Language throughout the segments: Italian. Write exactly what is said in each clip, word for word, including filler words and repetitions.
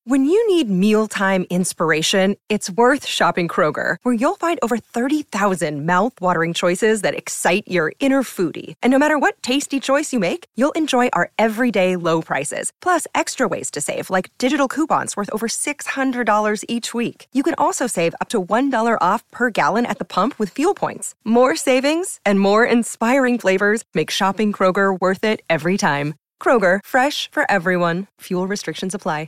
When you need mealtime inspiration, it's worth shopping Kroger, where you'll find over thirty thousand mouth-watering choices that excite your inner foodie. And no matter what tasty choice you make, you'll enjoy our everyday low prices, plus extra ways to save, like digital coupons worth over six hundred dollars each week. You can also save up to one dollar off per gallon at the pump with fuel points. More savings and more inspiring flavors make shopping Kroger worth it every time. Kroger, fresh for everyone. Fuel restrictions apply.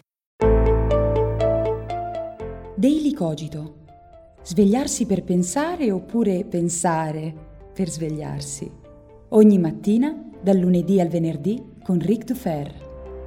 Daily Cogito. Svegliarsi per pensare oppure pensare per svegliarsi. Ogni mattina, dal lunedì al venerdì, con Ric Dufer.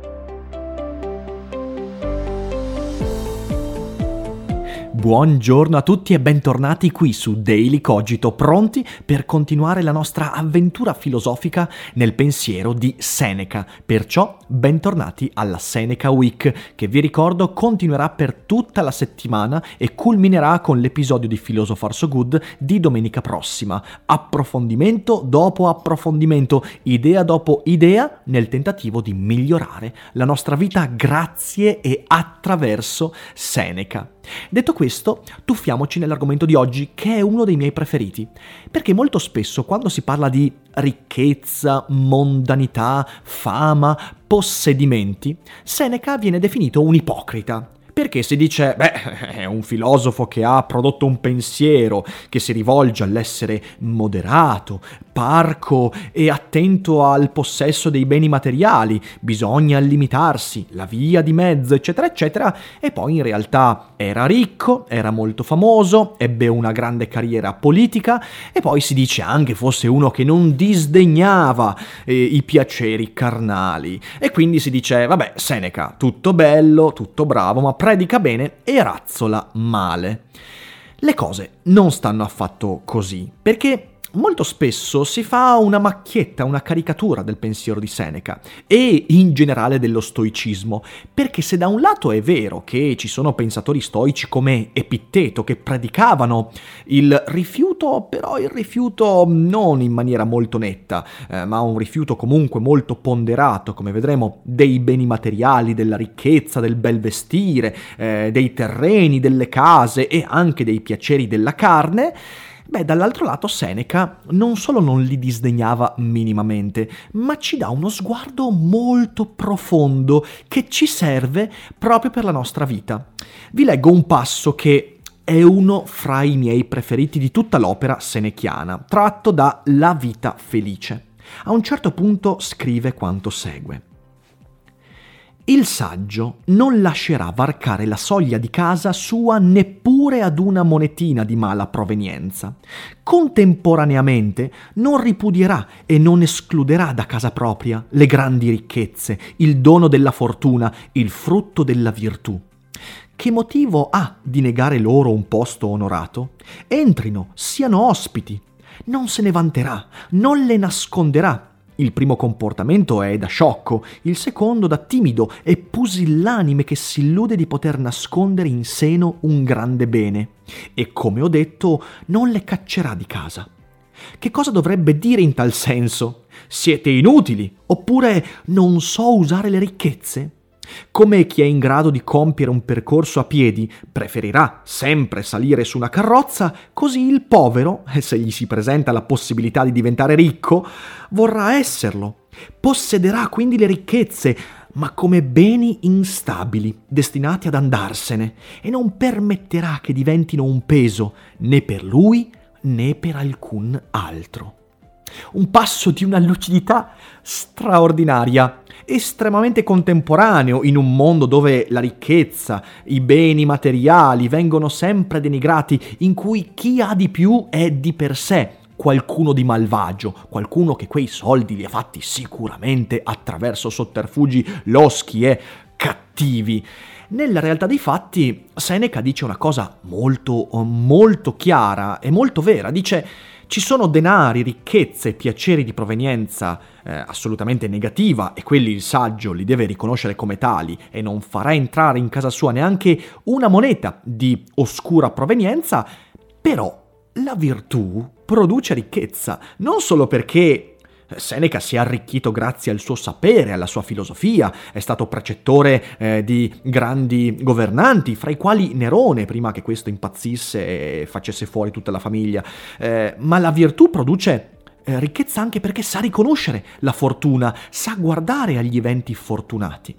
Buongiorno a tutti e bentornati qui su Daily Cogito, pronti per continuare la nostra avventura filosofica nel pensiero di Seneca. Perciò bentornati alla Seneca Week, che vi ricordo continuerà per tutta la settimana e culminerà con l'episodio di Philosopher So Good di domenica prossima. Approfondimento dopo approfondimento, idea dopo idea, nel tentativo di migliorare la nostra vita grazie e attraverso Seneca. Detto questo, tuffiamoci nell'argomento di oggi, che è uno dei miei preferiti, perché molto spesso quando si parla di ricchezza, mondanità, fama, possedimenti, Seneca viene definito un ipocrita. Perché si dice, beh, è un filosofo che ha prodotto un pensiero che si rivolge all'essere moderato, parco e attento al possesso dei beni materiali, bisogna limitarsi, la via di mezzo, eccetera, eccetera, e poi in realtà era ricco, era molto famoso, ebbe una grande carriera politica e poi si dice anche fosse uno che non disdegnava eh, i piaceri carnali. E quindi si dice, vabbè, Seneca, tutto bello, tutto bravo, ma predica bene e razzola male. Le cose non stanno affatto così, perché molto spesso si fa una macchietta, una caricatura del pensiero di Seneca e in generale dello stoicismo, perché se da un lato è vero che ci sono pensatori stoici come Epitteto che predicavano il rifiuto, però il rifiuto non in maniera molto netta, eh, ma un rifiuto comunque molto ponderato, come vedremo, dei beni materiali, della ricchezza, del bel vestire, eh, dei terreni, delle case e anche dei piaceri della carne, beh, dall'altro lato Seneca non solo non li disdegnava minimamente, ma ci dà uno sguardo molto profondo che ci serve proprio per la nostra vita. Vi leggo un passo che è uno fra i miei preferiti di tutta l'opera senechiana, tratto da La vita felice. A un certo punto scrive quanto segue. Il saggio non lascerà varcare la soglia di casa sua neppure ad una monetina di mala provenienza. Contemporaneamente non ripudierà e non escluderà da casa propria le grandi ricchezze, il dono della fortuna, il frutto della virtù. Che motivo ha di negare loro un posto onorato? Entrino, siano ospiti. Non se ne vanterà, non le nasconderà. Il primo comportamento è da sciocco, il secondo da timido e pusillanime che si illude di poter nascondere in seno un grande bene. E come ho detto, non le caccerà di casa. Che cosa dovrebbe dire in tal senso? Siete inutili? Oppure non so usare le ricchezze? Come chi è in grado di compiere un percorso a piedi preferirà sempre salire su una carrozza, così il povero, se gli si presenta la possibilità di diventare ricco, vorrà esserlo. Possederà quindi le ricchezze, ma come beni instabili, destinati ad andarsene, e non permetterà che diventino un peso né per lui né per alcun altro. Un passo di una lucidità straordinaria, estremamente contemporaneo in un mondo dove la ricchezza, i beni materiali vengono sempre denigrati, in cui chi ha di più è di per sé qualcuno di malvagio, qualcuno che quei soldi li ha fatti sicuramente attraverso sotterfugi loschi e cattivi. Nella realtà dei fatti, Seneca dice una cosa molto, molto chiara e molto vera. Dice: ci sono denari, ricchezze, piaceri di provenienza eh, assolutamente negativa, e quelli il saggio li deve riconoscere come tali e non farà entrare in casa sua neanche una moneta di oscura provenienza, però la virtù produce ricchezza, non solo perché Seneca si è arricchito grazie al suo sapere, alla sua filosofia, è stato precettore eh, di grandi governanti, fra i quali Nerone, prima che questo impazzisse e facesse fuori tutta la famiglia. Eh, ma la virtù produce eh, ricchezza anche perché sa riconoscere la fortuna, sa guardare agli eventi fortunati.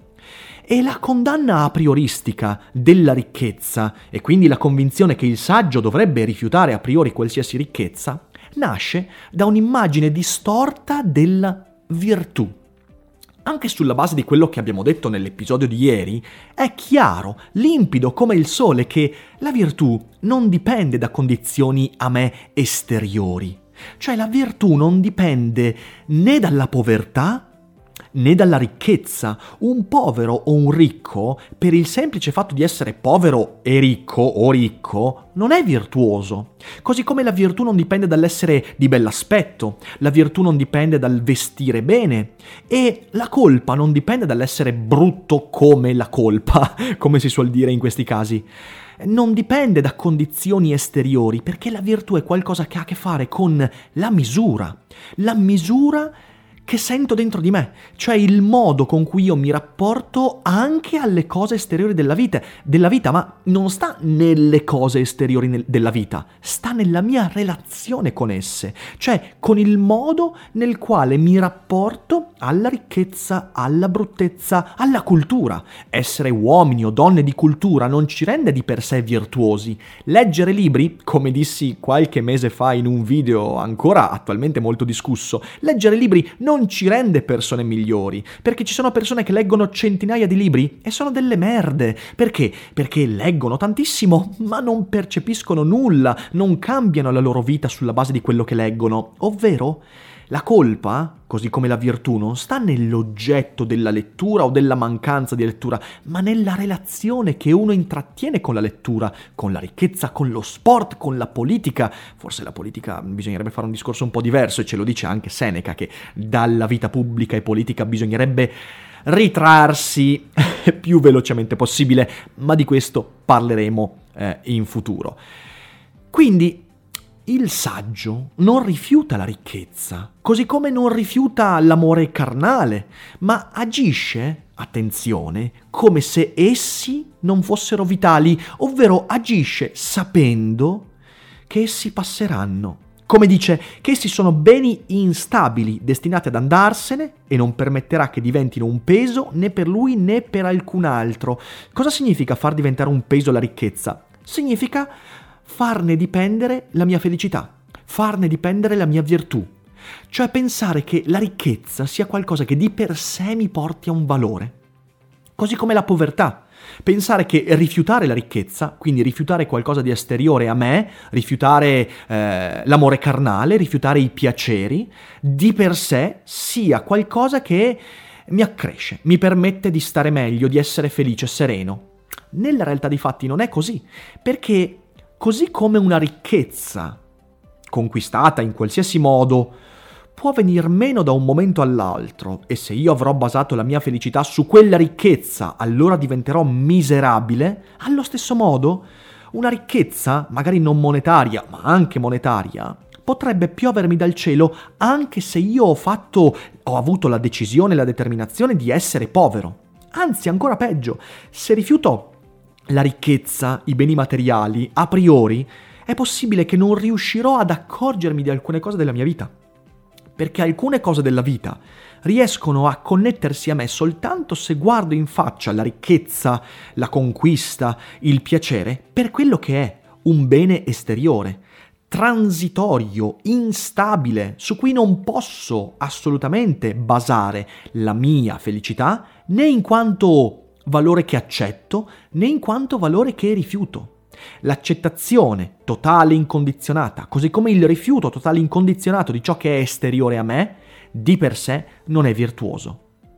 E la condanna a prioristica della ricchezza, e quindi la convinzione che il saggio dovrebbe rifiutare a priori qualsiasi ricchezza, nasce da un'immagine distorta della virtù. Anche sulla base di quello che abbiamo detto nell'episodio di ieri, è chiaro, limpido come il sole, che la virtù non dipende da condizioni a me esteriori. Cioè la virtù non dipende né dalla povertà né dalla ricchezza. Un povero o un ricco, per il semplice fatto di essere povero e ricco o ricco, non è virtuoso. Così come la virtù non dipende dall'essere di bell'aspetto, la virtù non dipende dal vestire bene, e la colpa non dipende dall'essere brutto come la colpa, come si suol dire in questi casi. Non dipende da condizioni esteriori, perché la virtù è qualcosa che ha a che fare con la misura. La misura che sento dentro di me, cioè il modo con cui io mi rapporto anche alle cose esteriori della vita, della vita, ma non sta nelle cose esteriori nel, della vita, sta nella mia relazione con esse, cioè con il modo nel quale mi rapporto alla ricchezza, alla bruttezza, alla cultura. Essere uomini o donne di cultura non ci rende di per sé virtuosi. Leggere libri, come dissi qualche mese fa in un video ancora attualmente molto discusso, leggere libri non ci rende persone migliori, perché ci sono persone che leggono centinaia di libri e sono delle merde. Perché? Perché leggono tantissimo, ma non percepiscono nulla, non cambiano la loro vita sulla base di quello che leggono. Ovvero, la colpa, così come la virtù, non sta nell'oggetto della lettura o della mancanza di lettura, ma nella relazione che uno intrattiene con la lettura, con la ricchezza, con lo sport, con la politica. Forse la politica bisognerebbe fare un discorso un po' diverso, e ce lo dice anche Seneca, che dalla vita pubblica e politica bisognerebbe ritrarsi più velocemente possibile, ma di questo parleremo eh, in futuro. Quindi il saggio non rifiuta la ricchezza, così come non rifiuta l'amore carnale, ma agisce, attenzione, come se essi non fossero vitali, ovvero agisce sapendo che essi passeranno. Come dice, che essi sono beni instabili, destinati ad andarsene, e non permetterà che diventino un peso né per lui né per alcun altro. Cosa significa far diventare un peso la ricchezza? Significa farne dipendere la mia felicità, farne dipendere la mia virtù. Cioè pensare che la ricchezza sia qualcosa che di per sé mi porti a un valore. Così come la povertà. Pensare che rifiutare la ricchezza, quindi rifiutare qualcosa di esteriore a me, rifiutare eh, l'amore carnale, rifiutare i piaceri, di per sé sia qualcosa che mi accresce, mi permette di stare meglio, di essere felice, sereno. Nella realtà dei fatti non è così, perché così come una ricchezza, conquistata in qualsiasi modo, può venir meno da un momento all'altro, e se io avrò basato la mia felicità su quella ricchezza, allora diventerò miserabile, allo stesso modo, una ricchezza, magari non monetaria, ma anche monetaria, potrebbe piovermi dal cielo anche se io ho fatto, ho avuto la decisione e la determinazione di essere povero. Anzi, ancora peggio, se rifiuto la ricchezza, i beni materiali, a priori, è possibile che non riuscirò ad accorgermi di alcune cose della mia vita. Perché alcune cose della vita riescono a connettersi a me soltanto se guardo in faccia la ricchezza, la conquista, il piacere, per quello che è, un bene esteriore, transitorio, instabile, su cui non posso assolutamente basare la mia felicità, né in quanto valore che accetto, né in quanto valore che rifiuto. L'accettazione totale incondizionata, così come il rifiuto totale incondizionato di ciò che è esteriore a me, di per sé non è virtuoso.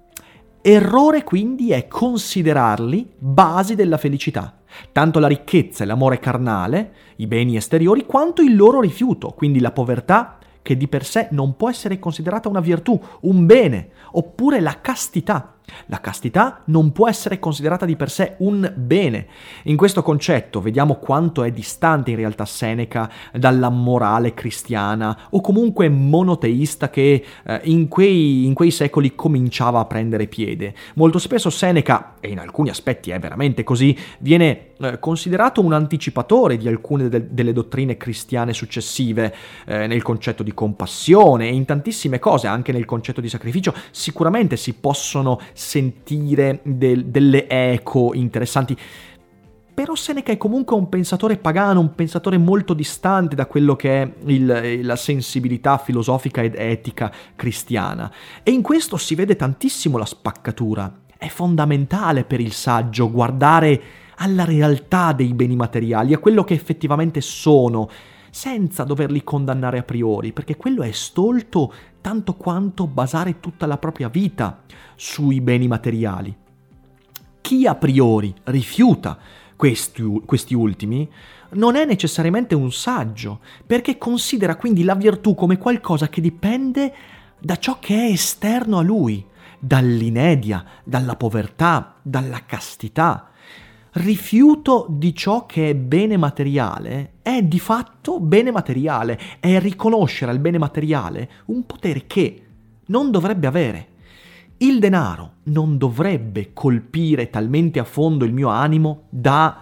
Errore quindi è considerarli basi della felicità, tanto la ricchezza e l'amore carnale, i beni esteriori, quanto il loro rifiuto, quindi la povertà, che di per sé non può essere considerata una virtù, un bene, oppure la castità. La castità non può essere considerata di per sé un bene. In questo concetto vediamo quanto è distante in realtà Seneca dalla morale cristiana o comunque monoteista che eh, in, quei, in quei secoli cominciava a prendere piede. Molto spesso Seneca, e in alcuni aspetti è veramente così, viene eh, considerato un anticipatore di alcune de- delle dottrine cristiane successive, eh, nel concetto di compassione e in tantissime cose, anche nel concetto di sacrificio. Sicuramente si possono sentire del, delle eco interessanti, però Seneca è comunque un pensatore pagano, un pensatore molto distante da quello che è il, la sensibilità filosofica ed etica cristiana, e in questo si vede tantissimo la spaccatura. È fondamentale per il saggio guardare alla realtà dei beni materiali, a quello che effettivamente sono, senza doverli condannare a priori, perché quello è stolto tanto quanto basare tutta la propria vita sui beni materiali. Chi a priori rifiuta questi, questi ultimi non è necessariamente un saggio, perché considera quindi la virtù come qualcosa che dipende da ciò che è esterno a lui, dall'inedia, dalla povertà, dalla castità. Rifiuto di ciò che è bene materiale è di fatto bene materiale, è riconoscere al bene materiale un potere che non dovrebbe avere. Il denaro non dovrebbe colpire talmente a fondo il mio animo da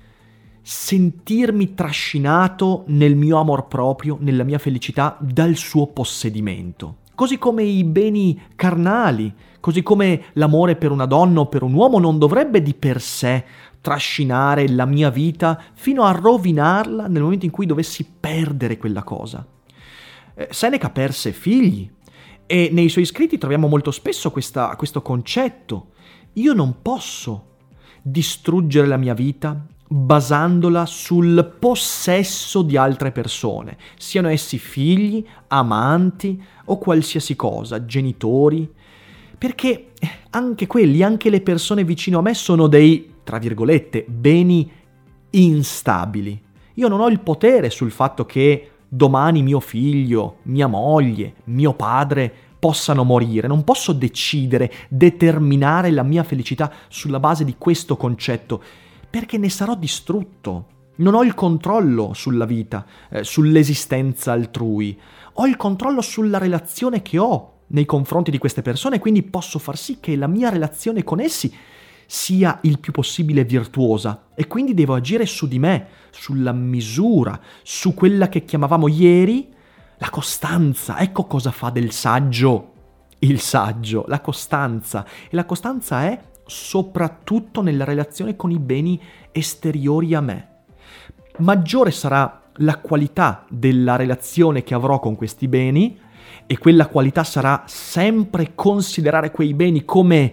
sentirmi trascinato nel mio amor proprio, nella mia felicità, dal suo possedimento. Così come i beni carnali, così come l'amore per una donna o per un uomo non dovrebbe di per sé trascinare la mia vita fino a rovinarla nel momento in cui dovessi perdere quella cosa. Eh, Seneca perse figli e nei suoi scritti troviamo molto spesso questa, questo concetto. Io non posso distruggere la mia vita basandola sul possesso di altre persone, siano essi figli, amanti o qualsiasi cosa, genitori, perché anche quelli, anche le persone vicino a me sono dei, tra virgolette, beni instabili. Io non ho il potere sul fatto che domani mio figlio, mia moglie, mio padre possano morire. Non posso decidere, determinare la mia felicità sulla base di questo concetto, perché ne sarò distrutto. Non ho il controllo sulla vita, eh, sull'esistenza altrui. Ho il controllo sulla relazione che ho nei confronti di queste persone, quindi posso far sì che la mia relazione con essi sia il più possibile virtuosa, e quindi devo agire su di me, sulla misura, su quella che chiamavamo ieri la costanza. Ecco cosa fa del saggio il saggio, la costanza. E la costanza è soprattutto nella relazione con i beni esteriori a me. Maggiore sarà la qualità della relazione che avrò con questi beni, e quella qualità sarà sempre considerare quei beni come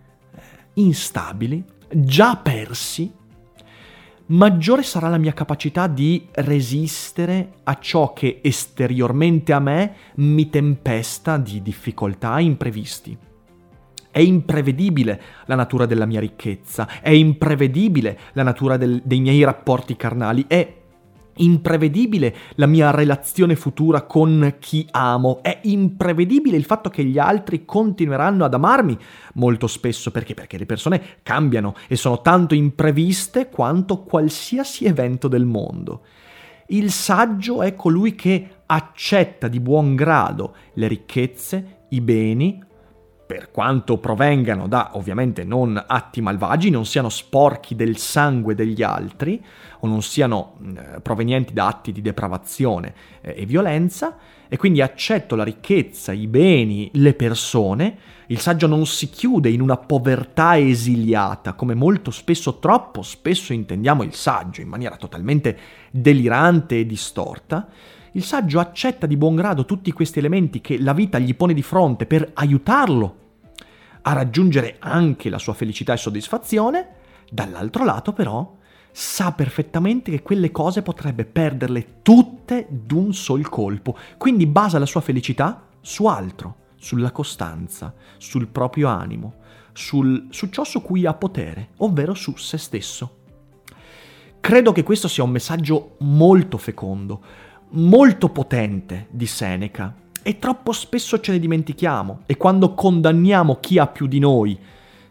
instabili, già persi. Maggiore sarà la mia capacità di resistere a ciò che esteriormente a me mi tempesta di difficoltà imprevisti. È imprevedibile la natura della mia ricchezza, è imprevedibile la natura del, dei miei rapporti carnali, è imprevedibile la mia relazione futura con chi amo, è imprevedibile il fatto che gli altri continueranno ad amarmi molto spesso, perché? Perché le persone cambiano e sono tanto impreviste quanto qualsiasi evento del mondo. Il saggio è colui che accetta di buon grado le ricchezze, i beni, per quanto provengano da, ovviamente, non atti malvagi, non siano sporchi del sangue degli altri, o non siano eh, provenienti da atti di depravazione eh, e violenza, e quindi accetto la ricchezza, i beni, le persone. Il saggio non si chiude in una povertà esiliata, come molto spesso, troppo spesso intendiamo il saggio, in maniera totalmente delirante e distorta. Il saggio accetta di buon grado tutti questi elementi che la vita gli pone di fronte per aiutarlo a raggiungere anche la sua felicità e soddisfazione. Dall'altro lato, però, sa perfettamente che quelle cose potrebbe perderle tutte d'un sol colpo, quindi basa la sua felicità su altro, sulla costanza, sul proprio animo, sul, su ciò su cui ha potere, ovvero su se stesso. Credo che questo sia un messaggio molto fecondo, molto potente di Seneca, e troppo spesso ce ne dimentichiamo, e quando condanniamo chi ha più di noi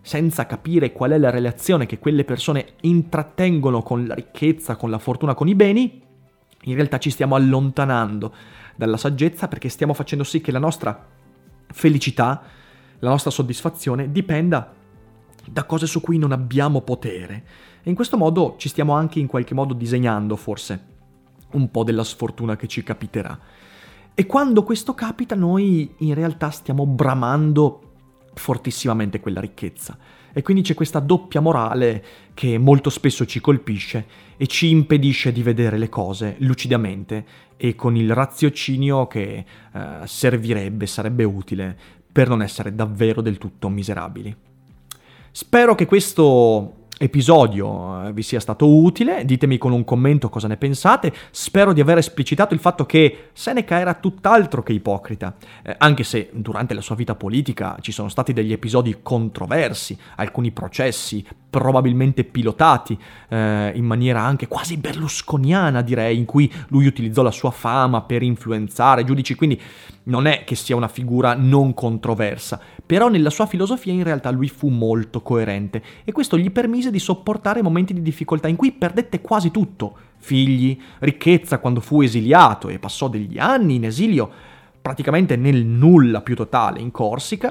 senza capire qual è la relazione che quelle persone intrattengono con la ricchezza, con la fortuna, con i beni, in realtà ci stiamo allontanando dalla saggezza, perché stiamo facendo sì che la nostra felicità, la nostra soddisfazione dipenda da cose su cui non abbiamo potere. E in questo modo ci stiamo anche in qualche modo disegnando forse un po' della sfortuna che ci capiterà. E quando questo capita noi in realtà stiamo bramando fortissimamente quella ricchezza. E quindi c'è questa doppia morale che molto spesso ci colpisce e ci impedisce di vedere le cose lucidamente e con il raziocinio che eh, servirebbe, sarebbe utile per non essere davvero del tutto miserabili. Spero che questo episodio vi sia stato utile, ditemi con un commento cosa ne pensate. Spero di aver esplicitato il fatto che Seneca era tutt'altro che ipocrita, eh, anche se durante la sua vita politica ci sono stati degli episodi controversi, alcuni processi probabilmente pilotati eh, in maniera anche quasi berlusconiana, direi, in cui lui utilizzò la sua fama per influenzare giudici, quindi non è che sia una figura non controversa, però nella sua filosofia in realtà lui fu molto coerente e questo gli permise di sopportare momenti di difficoltà in cui perdette quasi tutto, figli, ricchezza quando fu esiliato e passò degli anni in esilio praticamente nel nulla più totale in Corsica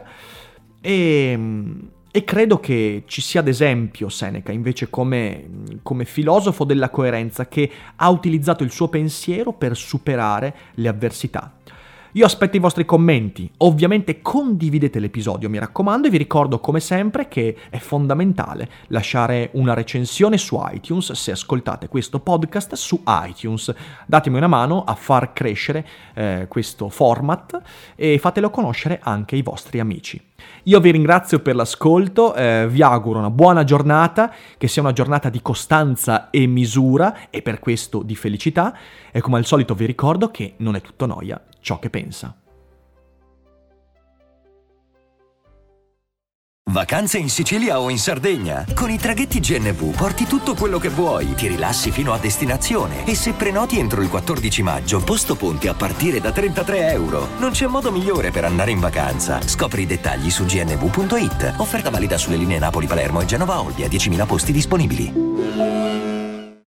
e... E credo che ci sia ad esempio Seneca invece come, come filosofo della coerenza che ha utilizzato il suo pensiero per superare le avversità. Io aspetto i vostri commenti, ovviamente condividete l'episodio, mi raccomando, e vi ricordo come sempre che è fondamentale lasciare una recensione su iTunes se ascoltate questo podcast su iTunes. Datemi una mano a far crescere eh, questo format e fatelo conoscere anche ai vostri amici. Io vi ringrazio per l'ascolto, eh, vi auguro una buona giornata, che sia una giornata di costanza e misura e per questo di felicità e come al solito vi ricordo che non è tutto noia ciò che pensa. Vacanze in Sicilia o in Sardegna? Con i traghetti G N V porti tutto quello che vuoi, ti rilassi fino a destinazione e se prenoti entro il quattordici maggio, posto ponti a partire da trentatré euro. Non c'è modo migliore per andare in vacanza. Scopri i dettagli su g n v punto i t. Offerta valida sulle linee Napoli-Palermo e Genova-Olbia, diecimila posti disponibili.